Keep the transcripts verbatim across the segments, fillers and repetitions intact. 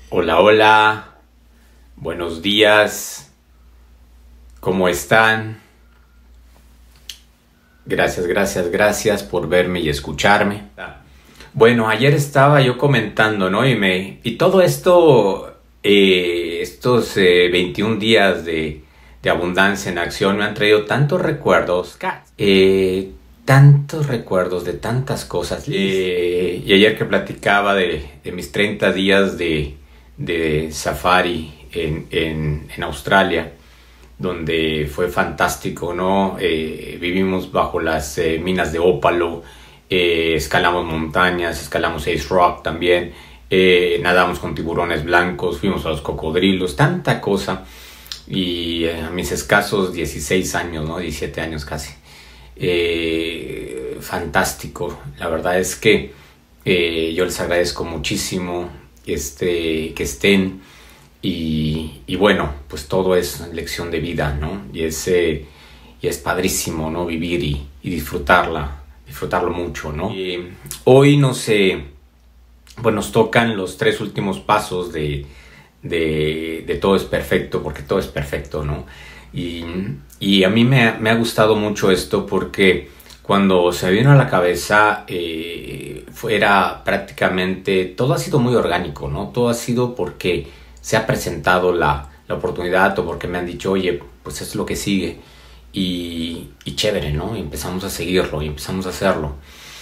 Hola, hola, buenos días, ¿cómo están? Gracias, gracias, gracias por verme y escucharme. Bueno, ayer estaba yo comentando, ¿no? Y, me, y todo esto, eh, estos eh, veintiún días de, de abundancia en acción me han traído tantos recuerdos, eh, tantos recuerdos de tantas cosas. Eh, y ayer que platicaba de, de mis treinta días de... de safari en, en, en Australia, donde fue fantástico, ¿no? Eh, vivimos bajo las eh, minas de ópalo, eh, escalamos montañas, escalamos Ace Rock también, eh, nadamos con tiburones blancos, fuimos a los cocodrilos, tanta cosa. Y eh, a mis escasos dieciséis años, ¿no? diecisiete años casi. Eh, fantástico. La verdad es que eh, yo les agradezco muchísimo Este, que estén y, y bueno, pues todo es lección de vida, ¿no? Y es, eh, y es padrísimo, ¿no? Vivir y, y disfrutarla, disfrutarlo mucho, ¿no? Y hoy nos, sé, pues nos tocan los tres últimos pasos de, de, de todo es perfecto, porque todo es perfecto, ¿no? Y, y a mí me, me ha gustado mucho esto porque cuando se me vino a la cabeza, eh, fuera prácticamente, todo ha sido muy orgánico, ¿no? Todo ha sido porque se ha presentado la, la oportunidad o porque me han dicho, oye, pues es lo que sigue. Y, y chévere, ¿no? Y empezamos a seguirlo y empezamos a hacerlo.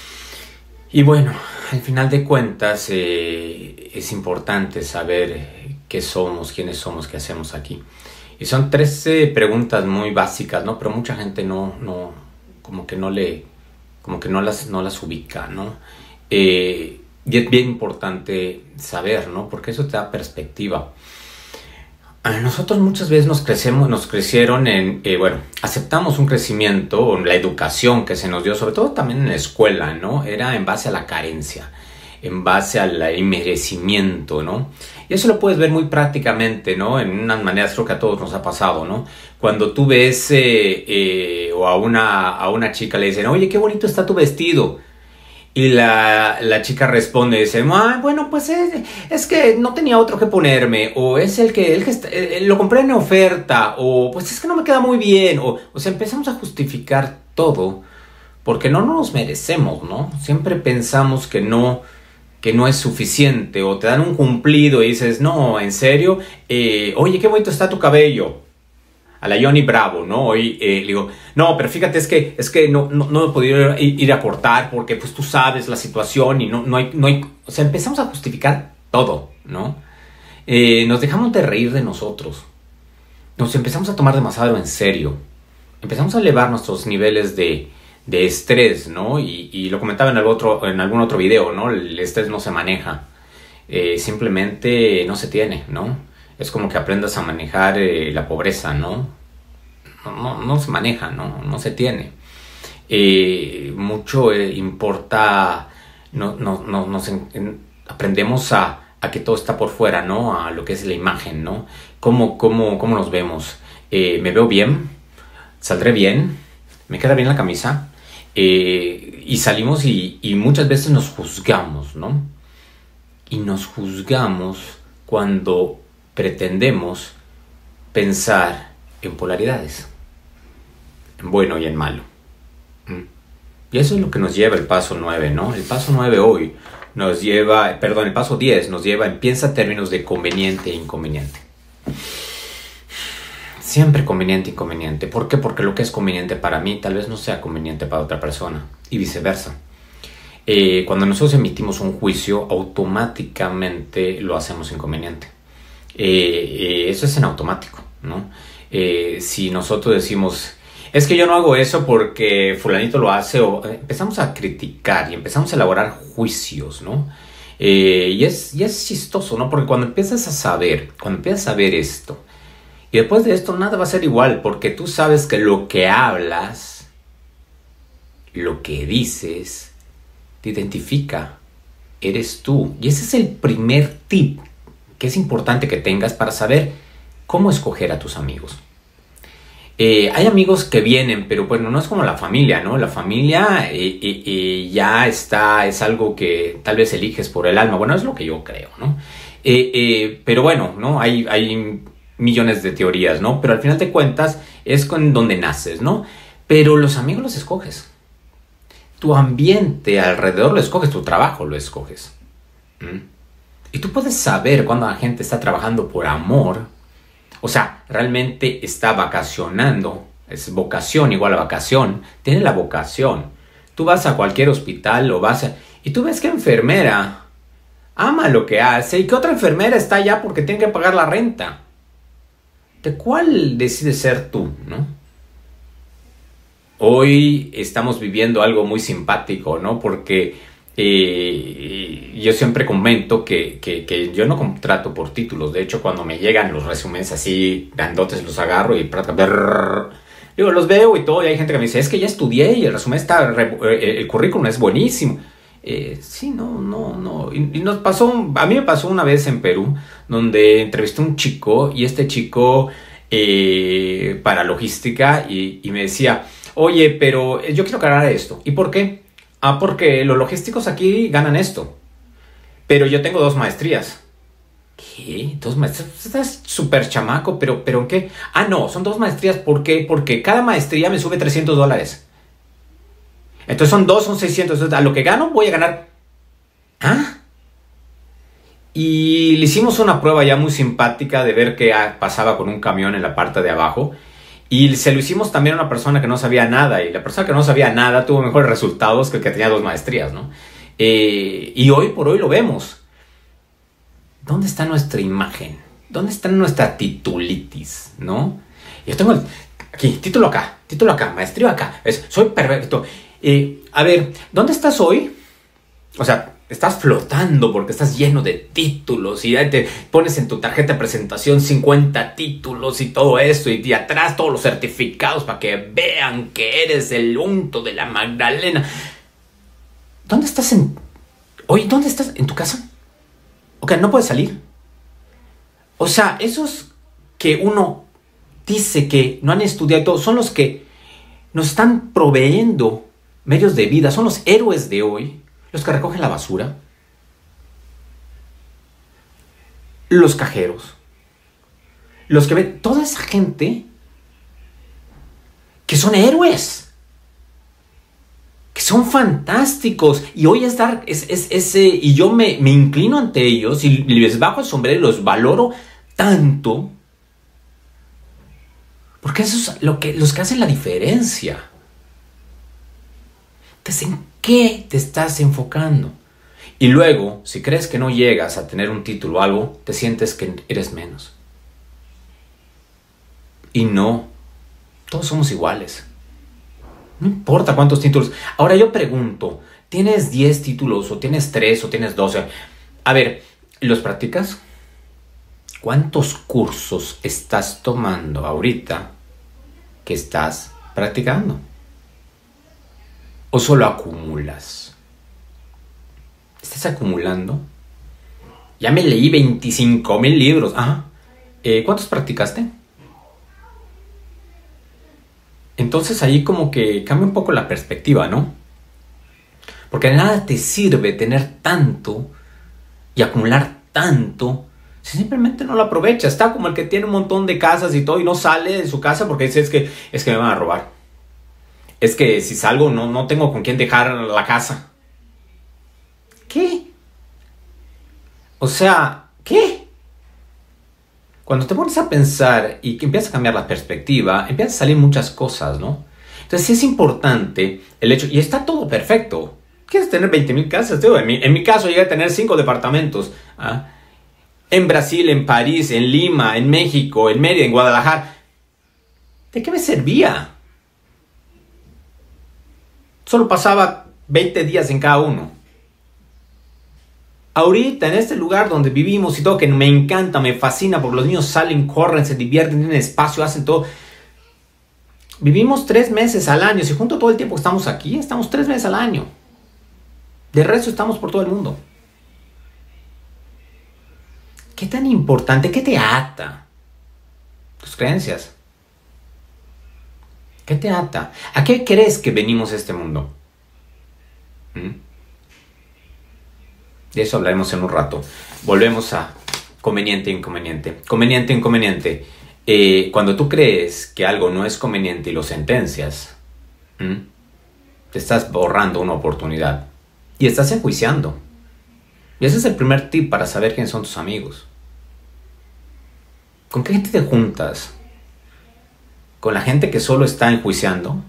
Y bueno, al final de cuentas, eh, es importante saber qué somos, quiénes somos, qué hacemos aquí. Y son trece preguntas muy básicas, ¿no? Pero mucha gente no... no como que no le, como que no las, no las ubica, ¿no? Eh, y es bien importante saber, ¿no? Porque eso te da perspectiva. A nosotros muchas veces nos crecemos, nos crecieron en, eh, bueno, aceptamos un crecimiento, la educación que se nos dio, sobre todo también en la escuela, ¿no? Era en base a la carencia, en base al inmerecimiento, ¿no? Y eso lo puedes ver muy prácticamente, ¿no? En unas maneras creo que a todos nos ha pasado, ¿no? Cuando tú ves eh, eh, o a una, a una chica le dicen, oye, qué bonito está tu vestido. Y la, la chica responde, dice, ah, bueno, pues es, es que no tenía otro que ponerme. O es el que, el que está, eh, lo compré en oferta. O pues es que no me queda muy bien. O, o sea, empezamos a justificar todo porque no nos merecemos, ¿no? Siempre pensamos que no... que no es suficiente, o te dan un cumplido y dices, no, en serio, eh, oye, qué bonito está tu cabello, a la Johnny Bravo, ¿no? Hoy eh, le digo, no, pero fíjate, es que, es que no, no, no he podido ir, ir a cortar porque pues tú sabes la situación y no, no, hay, no hay, o sea, empezamos a justificar todo, ¿no? Eh, nos dejamos de reír de nosotros, nos empezamos a tomar demasiado en serio, empezamos a elevar nuestros niveles de de estrés, ¿no? Y, y lo comentaba en, el otro, en algún otro video, ¿no? El estrés no se maneja, eh, simplemente no se tiene, ¿no? Es como que aprendas a manejar eh, la pobreza, ¿no? No, no, no se maneja, ¿no? No se tiene. Eh, mucho eh, importa, no, no, no, nos en, en, aprendemos a, a que todo está por fuera, ¿no? A lo que es la imagen, ¿no? ¿Cómo, cómo, cómo nos vemos? Eh, ¿Me veo bien? ¿Saldré bien? ¿Me queda bien la camisa? Eh, y salimos y, y muchas veces nos juzgamos, ¿no? Y nos juzgamos cuando pretendemos pensar en polaridades, en bueno y en malo. ¿Mm? Y eso es lo que nos lleva el paso nueve, ¿no? El paso nueve hoy nos lleva, perdón, el paso diez nos lleva en piensa términos de conveniente e inconveniente. Siempre conveniente, inconveniente. ¿Por qué? Porque lo que es conveniente para mí tal vez no sea conveniente para otra persona y viceversa. Eh, cuando nosotros emitimos un juicio, automáticamente lo hacemos inconveniente. Eh, eh, eso es en automático, ¿no? Eh, si nosotros decimos, es que yo no hago eso porque fulanito lo hace, o eh, empezamos a criticar y empezamos a elaborar juicios, ¿no? Eh, y, es, y es chistoso, ¿no? Porque cuando empiezas a saber, cuando empiezas a ver esto, y después de esto nada va a ser igual, porque tú sabes que lo que hablas, lo que dices, te identifica, eres tú. Y ese es el primer tip que es importante que tengas para saber cómo escoger a tus amigos. Eh, hay amigos que vienen, pero bueno, no es como la familia, ¿no? La familia eh, eh, eh, ya está, es algo que tal vez eliges por el alma. Bueno, es lo que yo creo, ¿no? Eh, eh, pero bueno, ¿no? Hay, hay millones de teorías, ¿no? Pero al final de cuentas es con donde naces, ¿no? Pero los amigos los escoges. Tu ambiente alrededor lo escoges, tu trabajo lo escoges. ¿Mm? Y tú puedes saber cuando la gente está trabajando por amor, o sea, realmente está vacacionando, es vocación igual a vacación, tiene la vocación. Tú vas a cualquier hospital o vas a, y tú ves que enfermera ama lo que hace y que otra enfermera está allá porque tiene que pagar la renta. ¿De cuál decides ser tú, no? Hoy estamos viviendo algo muy simpático, ¿no? Porque eh, yo siempre comento que, que, que yo no contrato por títulos. De hecho, cuando me llegan los resúmenes así grandotes, los agarro y brrr, digo, los veo y todo. Y hay gente que me dice, es que ya estudié y el resumen está, el currículum es buenísimo. Eh, sí, no, no, no. Y, y nos pasó, a mí me pasó una vez en Perú, donde entrevisté a un chico y este chico eh, para logística y, y me decía, oye, pero yo quiero ganar esto. ¿Y por qué? Ah, porque los logísticos aquí ganan esto. Pero yo tengo dos maestrías. ¿Qué? ¿Dos maestrías? Estás súper chamaco, pero, pero ¿en qué? Ah, no, son dos maestrías. ¿Por qué? Porque cada maestría me sube trescientos dólares. Entonces son dos, son seiscientos. Entonces, a lo que gano voy a ganar. ¿Ah? Y le hicimos una prueba ya muy simpática de ver qué pasaba con un camión en la parte de abajo. Y se lo hicimos también a una persona que no sabía nada. Y la persona que no sabía nada tuvo mejores resultados que el que tenía dos maestrías, ¿no? Eh, y hoy por hoy lo vemos. ¿Dónde está nuestra imagen? ¿Dónde está nuestra titulitis, no? Yo tengo el, aquí, título acá, título acá, maestría acá. Es, soy perfecto. Eh, a ver, ¿dónde estás hoy? O sea, estás flotando porque estás lleno de títulos y ahí te pones en tu tarjeta de presentación cincuenta títulos y todo eso y de atrás todos los certificados para que vean que eres el unto de la Magdalena. ¿Dónde estás en... Oye, ¿dónde estás? ¿En tu casa? Ok, no puedes salir. O sea, esos que uno dice que no han estudiado todo son los que nos están proveyendo medios de vida, son los héroes de hoy. Los que recogen la basura, los cajeros, los que ven, toda esa gente que son héroes, que son fantásticos. Y hoy es dar, es, es, ese, y yo me, me inclino ante ellos y les bajo el sombrero y los valoro tanto, porque eso es lo que, los que hacen la diferencia. Entonces, ¿en qué te estás enfocando? Y luego, si crees que no llegas a tener un título o algo, te sientes que eres menos. Y no, todos somos iguales. No importa cuántos títulos. Ahora yo pregunto, ¿tienes diez títulos o tienes tres o tienes doce? A ver, ¿los practicas? ¿Cuántos cursos estás tomando ahorita que estás practicando? ¿O solo acumulas? ¿Estás acumulando? Ya me leí veinticinco mil libros. Ah, eh, ¿cuántos practicaste? Entonces ahí como que cambia un poco la perspectiva, ¿no? Porque de nada te sirve tener tanto y acumular tanto si simplemente no lo aprovechas. Está como el que tiene un montón de casas y todo y no sale de su casa porque dice es que, es que me van a robar. Es que si salgo no, no tengo con quién dejar la casa. ¿Qué? O sea, ¿qué? Cuando te pones a pensar y que empiezas a cambiar la perspectiva, empiezan a salir muchas cosas, ¿no? Entonces sí es importante el hecho, y está todo perfecto. ¿Quieres tener veinte mil casas? Tío, en, mi, en mi caso llegué a tener cinco departamentos. ¿Ah? En Brasil, en París, en Lima, en México, en Mérida, en Guadalajara. ¿De qué me servía? Solo pasaba veinte días en cada uno. Ahorita, en este lugar donde vivimos y todo, que me encanta, me fascina, porque los niños salen, corren, se divierten, tienen espacio, hacen todo. Vivimos tres meses al año. Si junto todo el tiempo que estamos aquí, estamos tres meses al año. De resto estamos por todo el mundo. ¿Qué tan importante? ¿Qué te ata? Tus creencias. ¿Qué te ata? ¿A qué crees que venimos a este mundo? ¿Mm? De eso hablaremos en un rato. Volvemos a Conveniente, inconveniente. Conveniente, inconveniente. Eh, cuando tú crees que algo no es conveniente y lo sentencias, ¿m? te estás borrando una oportunidad. Y estás enjuiciando. Y ese es el primer tip para saber quiénes son tus amigos. ¿Con qué gente te juntas? ¿Con la gente que solo está enjuiciando?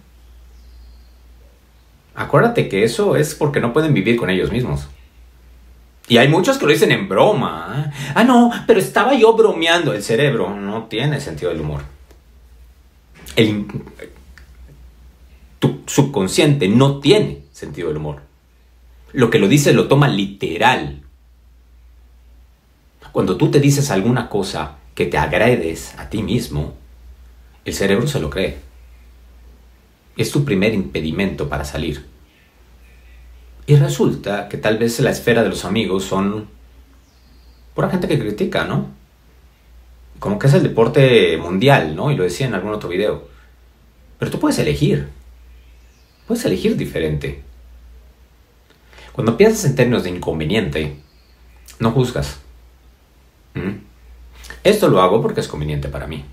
Acuérdate que eso es porque no pueden vivir con ellos mismos. Y hay muchos que lo dicen en broma. ¿eh? Ah, no, pero estaba yo bromeando. El cerebro no tiene sentido del humor. El, tu subconsciente no tiene sentido del humor. Lo que lo dice lo toma literal. Cuando tú te dices alguna cosa que te agredes a ti mismo, el cerebro se lo cree. Es tu primer impedimento para salir. Y resulta que tal vez la esfera de los amigos son pura gente que critica, ¿no? Como que es el deporte mundial, ¿no? Y lo decía en algún otro video. Pero tú puedes elegir. Puedes elegir diferente. Cuando piensas en términos de inconveniente, no juzgas. ¿Mm? Esto lo hago porque es conveniente para mí.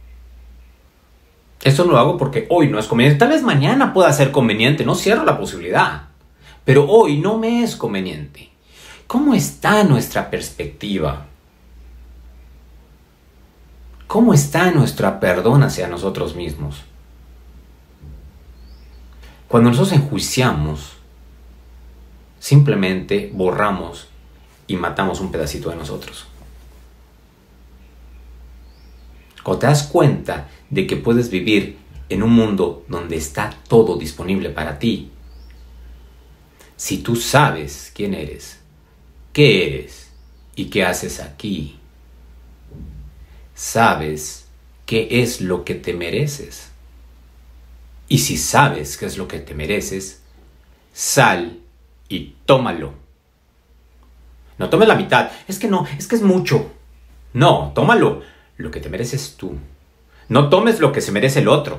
Esto lo hago porque hoy no es conveniente. Tal vez mañana pueda ser conveniente, no cierro la posibilidad. Pero hoy no me es conveniente. ¿Cómo está nuestra perspectiva? ¿Cómo está nuestra perdón hacia nosotros mismos? Cuando nosotros enjuiciamos, simplemente borramos y matamos un pedacito de nosotros. Cuando te das cuenta de que puedes vivir en un mundo donde está todo disponible para ti, si tú sabes quién eres, qué eres y qué haces aquí, sabes qué es lo que te mereces. Y si sabes qué es lo que te mereces, sal y tómalo. No tomes la mitad. Es que no, es que es mucho. No, tómalo. Lo que te mereces tú. No tomes lo que se merece el otro.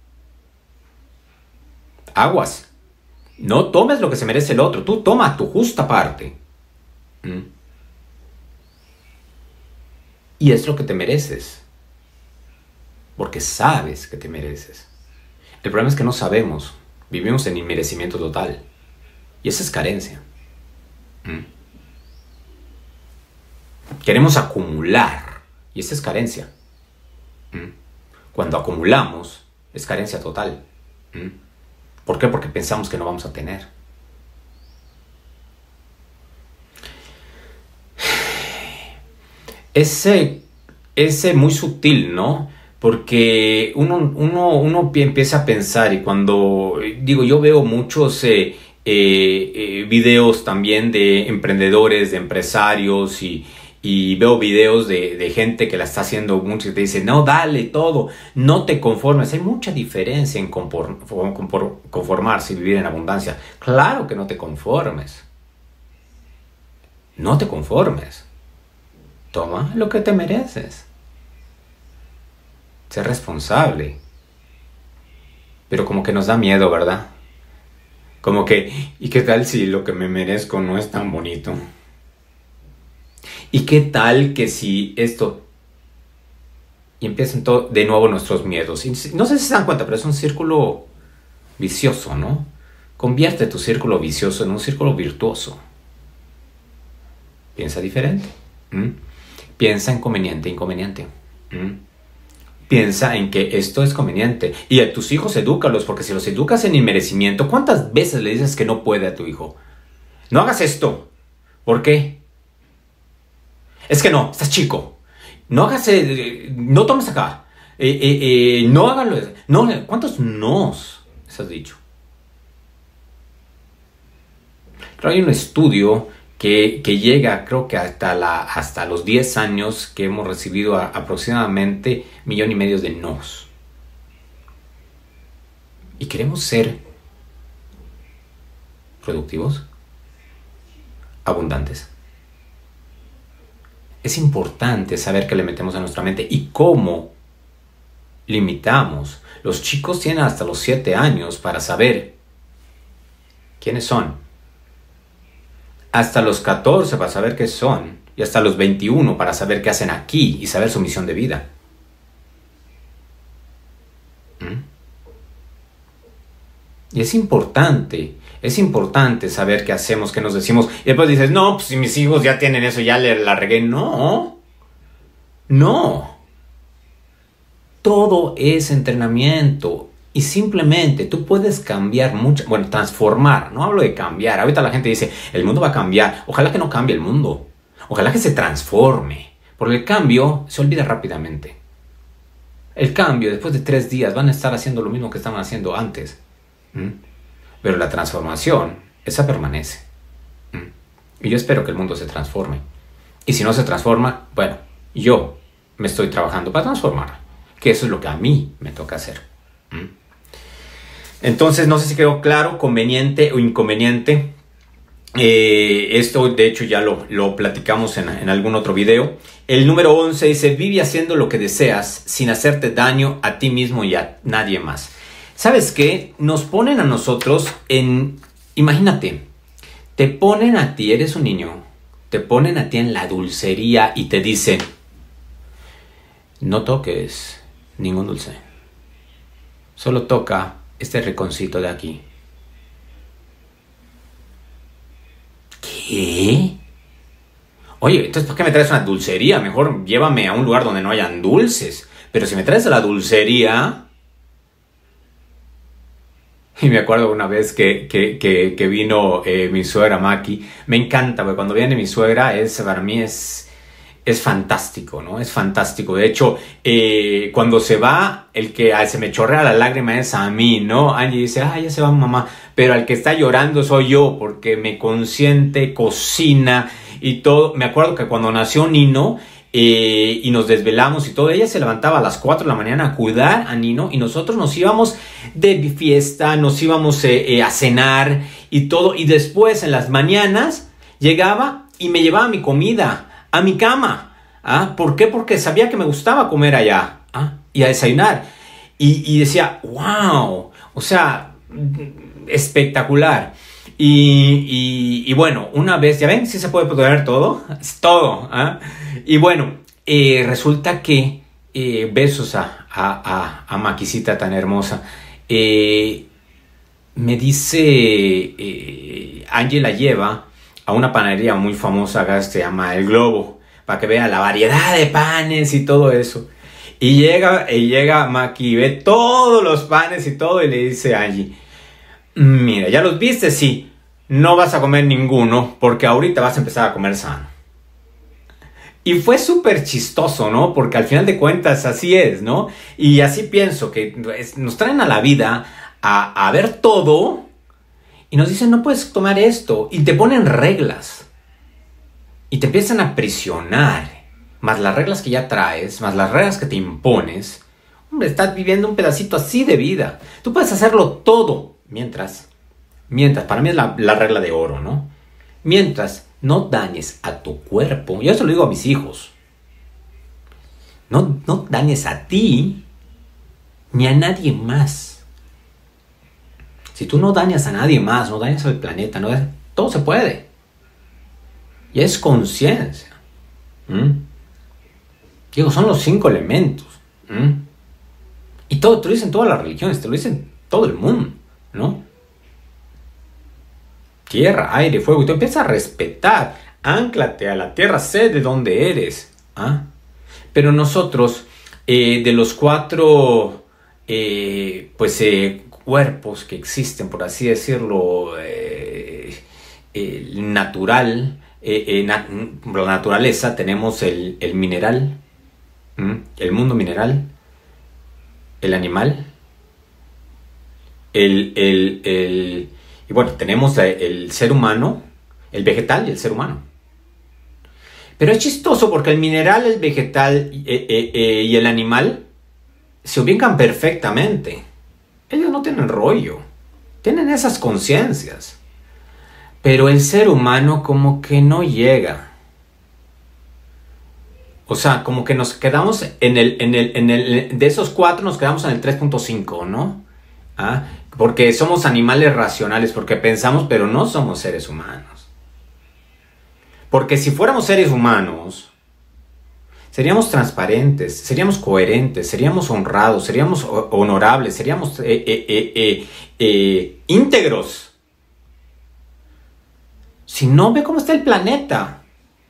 Aguas. No tomes lo que se merece el otro. Tú toma tu justa parte. ¿Mm? Y es lo que te mereces. Porque sabes que te mereces. El problema es que no sabemos. Vivimos en inmerecimiento total. Y esa es carencia. ¿Mm? Queremos acumular. Y esa es carencia. ¿Mm? Cuando acumulamos, es carencia total. ¿Mm? ¿Por qué? Porque pensamos que no vamos a tener. Ese, ese muy sutil, ¿no? Porque uno, uno, uno empieza a pensar y cuando, digo, yo veo muchos eh, eh, eh, videos también de emprendedores, de empresarios y, y veo videos de, de gente que la está haciendo mucho y te dice, no, dale todo, no te conformes. Hay mucha diferencia en conformarse y vivir en abundancia. Claro que no te conformes. No te conformes. Toma lo que te mereces. Sé responsable. Pero como que nos da miedo, ¿verdad? Como que, ¿y qué tal si lo que me merezco no es tan bonito? ¿Y qué tal que si esto... Y empiezan todo, de nuevo nuestros miedos. Y no sé si se dan cuenta, pero es un círculo vicioso, ¿no? Convierte tu círculo vicioso en un círculo virtuoso. Piensa diferente. ¿Mm? Piensa en conveniente, inconveniente. ¿Mm? Piensa en que esto es conveniente. Y a tus hijos edúcalos, porque si los educas en inmerecimiento, ¿cuántas veces le dices que no puede a tu hijo? No hagas esto. ¿Por qué? Es que no, estás chico. No hagas, eh, no tomes acá. Eh, eh, eh, no háganlo. No, ¿cuántos nos has dicho? Pero hay un estudio que, que llega, creo que hasta, la, hasta los diez años, que hemos recibido a, aproximadamente un millón y medio de nos. Y queremos ser productivos, abundantes. Es importante saber qué le metemos a nuestra mente y cómo limitamos. Los chicos tienen hasta los siete años para saber quiénes son. Hasta los catorce para saber qué son. y hasta los veintiuno para saber qué hacen aquí y saber su misión de vida. ¿Mm? Y es importante, es importante saber qué hacemos, qué nos decimos. Y después dices, no, pues si mis hijos ya tienen eso, ya le, la regué. No, no. Todo es entrenamiento. Y simplemente tú puedes cambiar mucho, bueno, transformar, no hablo de cambiar. Ahorita la gente dice, el mundo va a cambiar. Ojalá que no cambie el mundo. Ojalá que se transforme. Porque el cambio se olvida rápidamente. El cambio, después de tres días, van a estar haciendo lo mismo que estaban haciendo antes. ¿Mm? Pero la transformación, esa permanece. ¿Mm? Y yo espero que el mundo se transforme. Y si no se transforma, bueno, yo me estoy trabajando para transformar. Que eso es lo que a mí me toca hacer. ¿Mm? Entonces, no sé si quedó claro, conveniente o inconveniente. Eh, esto, de hecho, ya lo, lo platicamos en, en algún otro video. El número once dice, vive haciendo lo que deseas sin hacerte daño a ti mismo y a nadie más. ¿Sabes qué? Nos ponen a nosotros en... Imagínate, te ponen a ti, eres un niño, te ponen a ti en la dulcería y te dicen, no toques ningún dulce. Solo toca este rinconcito de aquí. ¿Qué? Oye, entonces ¿por qué me traes una dulcería? Mejor llévame a un lugar donde no hayan dulces. Pero si me traes a la dulcería... Y me acuerdo una vez que, que, que, que vino eh, mi suegra Maki. Me encanta, porque cuando viene mi suegra, es, para mí es... Es fantástico, ¿no? Es fantástico. De hecho, eh, cuando se va, el que se me chorrea la lágrima es a mí, ¿no? Angie dice, ah, ya se va mamá. Pero al que está llorando soy yo, porque me consiente, cocina y todo. Me acuerdo que cuando nació Nino eh, y nos desvelamos y todo, ella se levantaba a las cuatro de la mañana a cuidar a Nino y nosotros nos íbamos de fiesta, nos íbamos eh, eh, a cenar y todo. Y después, en las mañanas, llegaba y me llevaba mi comida a mi cama. ¿Ah? ¿Por qué? Porque sabía que me gustaba comer allá. ¿Ah? Y a desayunar. Y, y decía, wow. O sea, espectacular. Y, y, y bueno, una vez, ya ven, sí se puede poner todo. Es todo. ¿Ah? Y bueno, eh, resulta que, eh, besos a, a, a, a Maquisita tan hermosa. Eh, me dice, eh, Ángela la lleva a una panadería muy famosa acá, se llama El Globo, para que vea la variedad de panes y todo eso. Y llega, y llega Maki y ve todos los panes y todo y le dice a Angie, mira, ¿ya los viste? Sí, no vas a comer ninguno porque ahorita vas a empezar a comer sano. Y fue súper chistoso, ¿no? Porque al final de cuentas así es, ¿no? Y así pienso que nos traen a la vida a, a ver todo... Y nos dicen, no puedes tomar esto. Y te ponen reglas. Y te empiezan a prisionar. Más las reglas que ya traes, más las reglas que te impones. Hombre, estás viviendo un pedacito así de vida. Tú puedes hacerlo todo. Mientras, mientras, para mí es la, la regla de oro, ¿no? Mientras no dañes a tu cuerpo. Yo eso lo digo a mis hijos. No, no dañes a ti, ni a nadie más. Si tú no dañas a nadie más, no dañas al planeta, no, todo se puede. Y es conciencia. ¿Mm? Digo, son los cinco elementos. ¿Mm? Y todo, te lo dicen todas las religiones, te lo dicen todo el mundo, ¿no? Tierra, aire, fuego. Y tú empiezas a respetar. Ánclate a la tierra, sé de dónde eres. ¿Ah? Pero nosotros, eh, de los cuatro, eh, pues, eh, cuerpos que existen, por así decirlo, eh, eh, natural, eh, eh, nat la naturaleza, tenemos el, el mineral, ¿m? el mundo mineral, el animal, el, el, el, y bueno, tenemos el ser humano, el vegetal y el ser humano. Pero es chistoso porque el mineral, el vegetal eh, eh, eh, y el animal se ubican perfectamente. Ellos no tienen rollo, tienen esas conciencias. Pero el ser humano como que no llega. O sea, como que nos quedamos en el, en el, en el, de esos cuatro nos quedamos en el tres punto cinco, ¿no? ¿Ah? Porque somos animales racionales, porque pensamos, pero no somos seres humanos. Porque si fuéramos seres humanos, seríamos transparentes, seríamos coherentes, seríamos honrados, seríamos honorables, seríamos eh, eh, eh, eh, eh, íntegros. Si no, ve cómo está el planeta.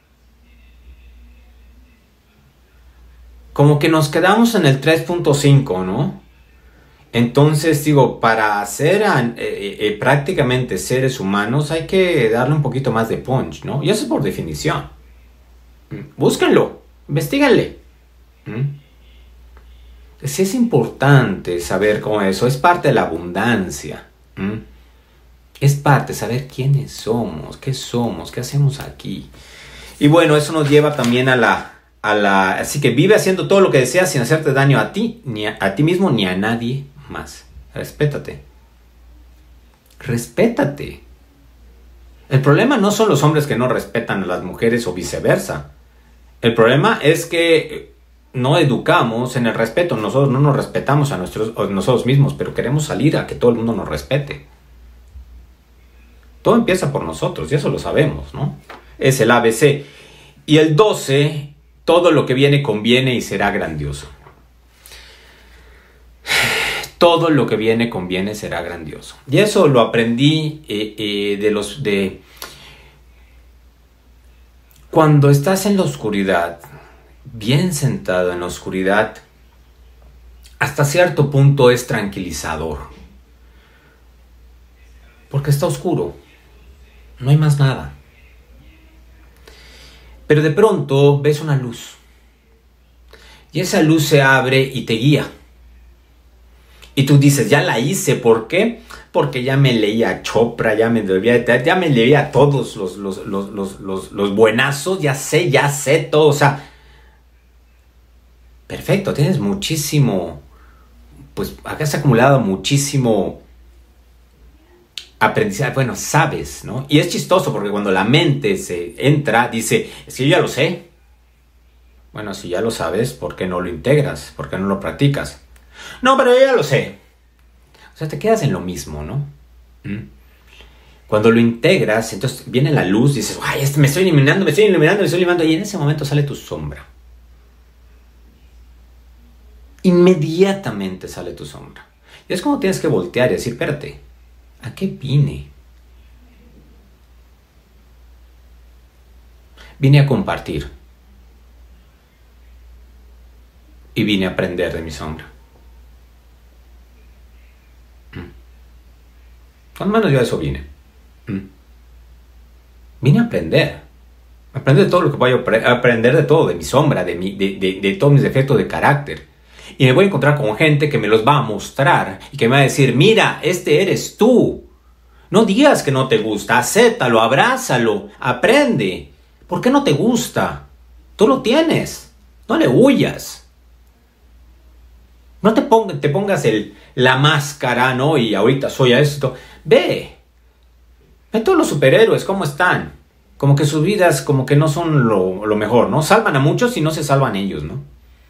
Como que nos quedamos en el tres punto cinco, ¿no? Entonces, digo, para ser eh, eh, prácticamente seres humanos hay que darle un poquito más de punch, ¿no? Y eso es por definición. Búsquenlo, investíganle. ¿Mm? Sí es importante saber cómo eso, es parte de la abundancia. ¿Mm? Es parte de saber quiénes somos, qué somos, qué hacemos aquí. Y bueno, eso nos lleva también a la... A la, así que vive haciendo todo lo que deseas sin hacerte daño a ti, ni a, a ti mismo, ni a nadie más. Respétate. Respétate. El problema no son los hombres que no respetan a las mujeres o viceversa. El problema es que no educamos en el respeto. Nosotros no nos respetamos a, nuestros, a nosotros mismos, pero queremos salir a que todo el mundo nos respete. Todo empieza por nosotros, y eso lo sabemos, ¿no? Es el A B C. Y el doce... Todo lo que viene conviene y será grandioso. Todo lo que viene conviene será grandioso. Y eso lo aprendí eh, eh, de los de cuando estás en la oscuridad, bien sentado en la oscuridad, hasta cierto punto es tranquilizador. Porque está oscuro. No hay más nada. Pero de pronto ves una luz. Y esa luz se abre y te guía. Y tú dices, ya la hice. ¿Por qué? Porque ya me leía a Chopra, ya me leía, ya me leía a todos los, los, los, los, los, los buenazos. Ya sé, ya sé todo. O sea, perfecto, tienes muchísimo, pues acá has acumulado muchísimo aprendizaje, bueno, sabes, ¿no? Y es chistoso porque cuando la mente se entra, dice, es que yo ya lo sé. Bueno, si ya lo sabes, ¿por qué no lo integras? ¿Por qué no lo practicas? No, pero yo ya lo sé. O sea, te quedas en lo mismo, ¿no? ¿Mm? Cuando lo integras, entonces viene la luz, dices, ay, me estoy iluminando, me estoy iluminando, me estoy iluminando, y en ese momento sale tu sombra. Inmediatamente sale tu sombra. Y es como tienes que voltear y decir, espérate, ¿a qué vine? Vine a compartir. Y vine a aprender de mi sombra. Cuando menos yo a eso vine. Vine a aprender. Aprender de todo lo que voy a aprender, de todo, de mi sombra, de, mi, de, de, de todos mis defectos de carácter. Y me voy a encontrar con gente que me los va a mostrar y que me va a decir, mira, este eres tú. No digas que no te gusta, acéptalo, abrázalo, aprende. ¿Por qué no te gusta? Tú lo tienes, no le huyas. No te, ponga, te pongas el, la máscara, ¿no? Y ahorita soy a esto. Ve, ve todos los superhéroes, ¿cómo están? Como que sus vidas como que no son lo, lo mejor, ¿no? Salvan a muchos y no se salvan ellos, ¿no?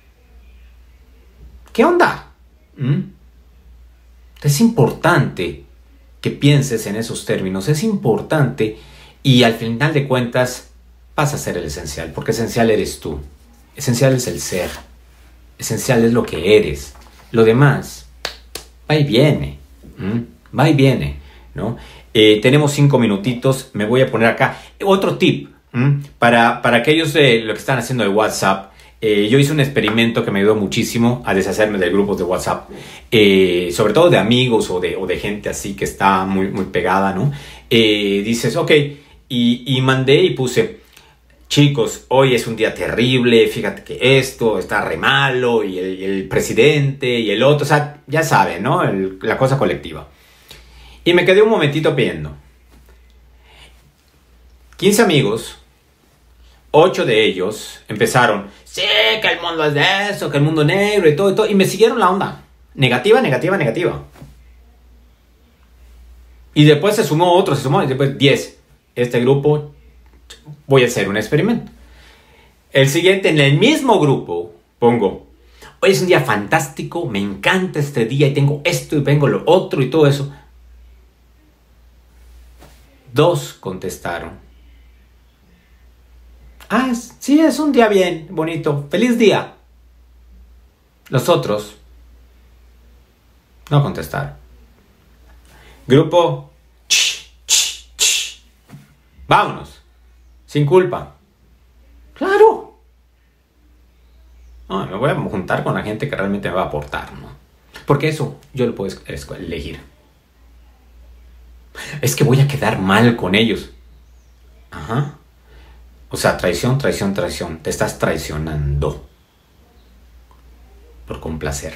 ¿Qué onda? ¿Mm? Es importante que pienses en esos términos. Es importante y al final de cuentas vas a ser el esencial. Porque esencial eres tú. Esencial es el ser. Esencial es lo que eres. Lo demás va y viene. ¿Mm? Va y viene, ¿no? Eh, tenemos cinco minutitos. Me voy a poner acá otro tip. ¿Mm? Para, para aquellos de lo que están haciendo de WhatsApp. Eh, yo hice un experimento que me ayudó muchísimo a deshacerme de grupos de WhatsApp, eh, sobre todo de amigos o de, o de gente así que está muy, muy pegada, ¿no? Eh, dices, ok, y, y mandé y puse, chicos, hoy es un día terrible, fíjate que esto está re malo, y el, el presidente y el otro, o sea, ya saben, ¿no? El, la cosa colectiva. Y me quedé un momentito viendo. quince amigos. Ocho de ellos empezaron, sí, que el mundo es de eso, que el mundo negro y todo y todo. Y me siguieron la onda. Negativa, negativa, negativa. Y después se sumó otro, se sumó, y después diez. Este grupo, voy a hacer un experimento. El siguiente, en el mismo grupo, pongo, hoy es un día fantástico, me encanta este día y tengo esto y vengo lo otro y todo eso. Dos contestaron. Ah, es- sí, es un día bien, bonito. Feliz día. Los otros no contestaron. Grupo, ch, ch, ch. Vámonos. Sin culpa. Claro. No, me voy a juntar con la gente que realmente me va a aportar, ¿no? Porque eso yo lo puedo es- elegir. Es que voy a quedar mal con ellos. Ajá. O sea, traición, traición, traición. Te estás traicionando. Por complacer.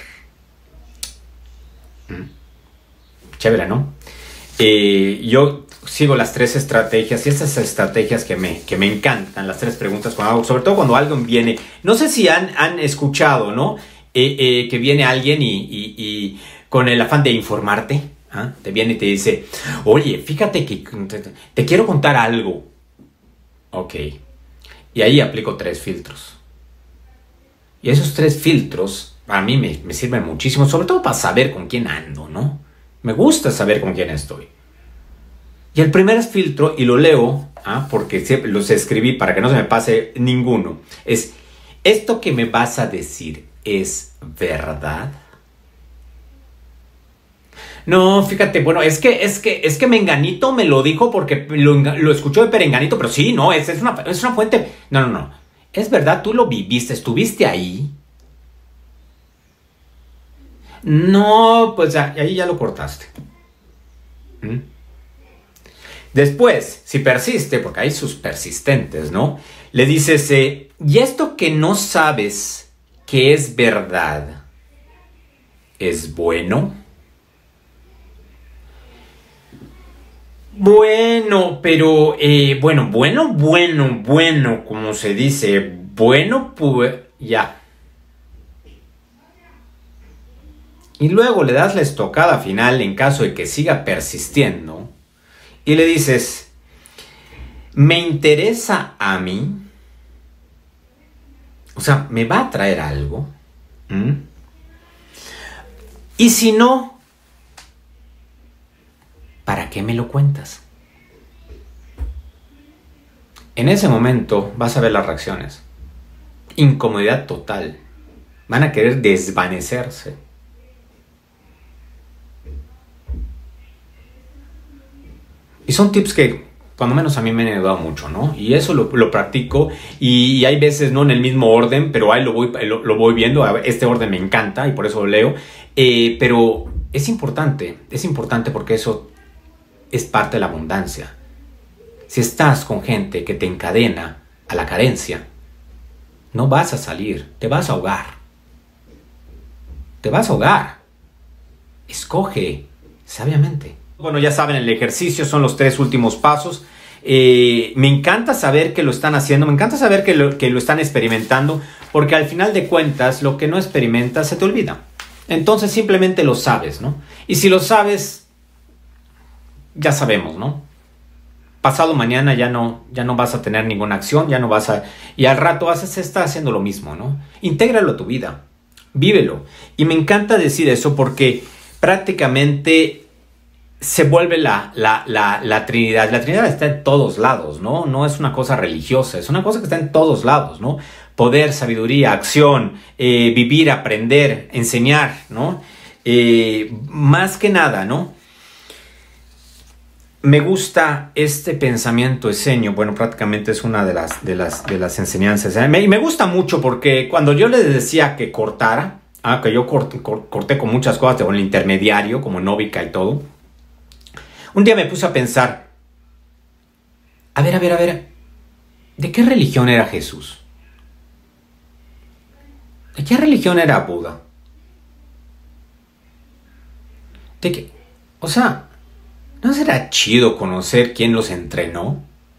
¿Mm? Chévere, ¿no? Eh, yo sigo las tres estrategias y estas estrategias que me, que me encantan, las tres preguntas cuando hago, sobre todo cuando alguien viene, no sé si han, han escuchado, ¿no? Eh, eh, que viene alguien y, y, y con el afán de informarte, ¿ah? Te viene y te dice, oye, fíjate que te, te quiero contar algo. Ok. Y ahí aplico tres filtros. Y esos tres filtros a mí me, me sirven muchísimo, sobre todo para saber con quién ando, ¿no? Me gusta saber con quién estoy. Y el primer filtro, y lo leo, ¿ah? Porque siempre los escribí para que no se me pase ninguno, es, ¿esto que me vas a decir es verdad? No, fíjate, bueno, es que, es que, es que Menganito me lo dijo porque lo, lo escuchó de Perenganito, pero sí, no, es, es, una, es una fuente. No, no, no. Es verdad, tú lo viviste, estuviste ahí. No, pues ya, ahí ya lo cortaste. ¿Mm? Después, si persiste, porque hay sus persistentes, ¿no? Le dices, eh, ¿y esto que no sabes que es verdad es bueno? Bueno, pero, eh, bueno, bueno, bueno, bueno, como se dice, bueno, pues, ya. Y luego le das la estocada final en caso de que siga persistiendo y le dices, ¿me interesa a mí? O sea, ¿me va a traer algo? ¿Mm? Y si no, ¿para qué me lo cuentas? En ese momento vas a ver las reacciones. Incomodidad total. Van a querer desvanecerse. Y son tips que, cuando menos a mí me han ayudado mucho, ¿no? Y eso lo, lo practico. Y, y hay veces no en el mismo orden, pero ahí lo voy, lo, lo voy viendo. Este orden me encanta y por eso lo leo. Eh, pero es importante, es importante porque eso es parte de la abundancia. Si estás con gente que te encadena a la carencia, no vas a salir, te vas a ahogar. Te vas a ahogar. Escoge sabiamente. Bueno, ya saben, el ejercicio son los tres últimos pasos. Eh, me encanta saber que lo están haciendo, me encanta saber que lo, que lo están experimentando, porque al final de cuentas, lo que no experimentas se te olvida. Entonces simplemente lo sabes, ¿no? Y si lo sabes, ya sabemos, ¿no? Pasado mañana ya no, ya no vas a tener ninguna acción, ya no vas a... Y al rato vas a estar haciendo lo mismo, ¿no? Intégralo a tu vida, vívelo. Y me encanta decir eso porque prácticamente se vuelve la, la, la, la Trinidad. La Trinidad está en todos lados, ¿no? No es una cosa religiosa, es una cosa que está en todos lados, ¿no? Poder, sabiduría, acción, eh, vivir, aprender, enseñar, ¿no? Eh, más que nada, ¿no? Me gusta este pensamiento eseño, bueno, prácticamente es una de las, de las, de las enseñanzas. ¿eh? Me, me gusta mucho porque cuando yo les decía que cortara, ah, que yo corté, corté con muchas cosas, con el intermediario, como Novica y todo, un día me puse a pensar, a ver, a ver, a ver, ¿de qué religión era Jesús? ¿De qué religión era Buda? ¿De qué? O sea... ¿No será chido conocer quién los entrenó?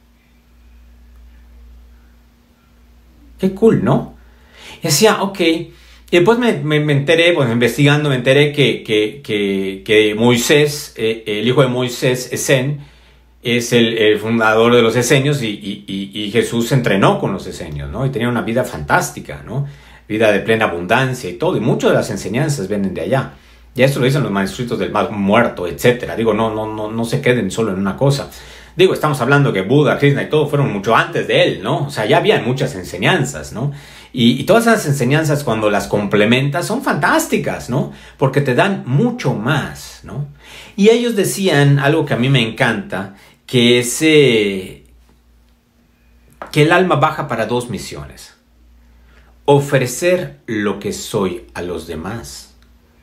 Qué cool, ¿no? Y decía, ok. Y después me, me, me enteré, pues investigando, me enteré que, que, que, que Moisés, eh, el hijo de Moisés, Esen, es el, el fundador de los esenios y, y, y, y Jesús se entrenó con los esenios, ¿no? Y tenía una vida fantástica, ¿no? Vida de plena abundancia y todo. Y muchas de las enseñanzas vienen de allá. Y esto lo dicen los manuscritos del Mar Muerto, etcétera. Digo, no, no, no, no se queden solo en una cosa. Digo, estamos hablando que Buda, Krishna y todo fueron mucho antes de él, ¿no? O sea, ya habían muchas enseñanzas, ¿no? Y, y todas esas enseñanzas, cuando las complementas, son fantásticas, ¿no? Porque te dan mucho más, ¿no? Y ellos decían algo que a mí me encanta, que es eh, que el alma baja para dos misiones. Ofrecer lo que soy a los demás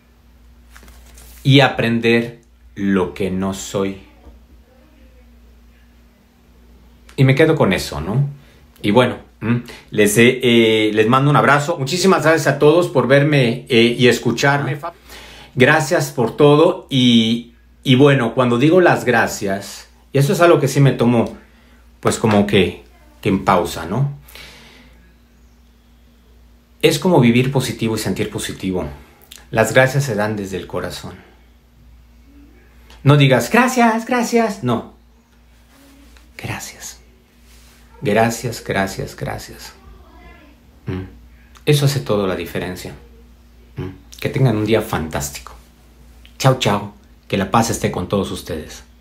y aprender lo que no soy. Y me quedo con eso, ¿no? Y bueno, les, eh, les mando un abrazo. Muchísimas gracias a todos por verme eh, y escucharme. Gracias por todo. Y, y bueno, cuando digo las gracias, y eso es algo que sí me tomo, pues como que, que en pausa, ¿no? Es como vivir positivo y sentir positivo. Las gracias se dan desde el corazón. No digas, gracias, gracias. No. Gracias. Gracias, gracias, gracias. Mm. Eso hace toda la diferencia. Mm. Que tengan un día fantástico. Chao, chao. Que la paz esté con todos ustedes.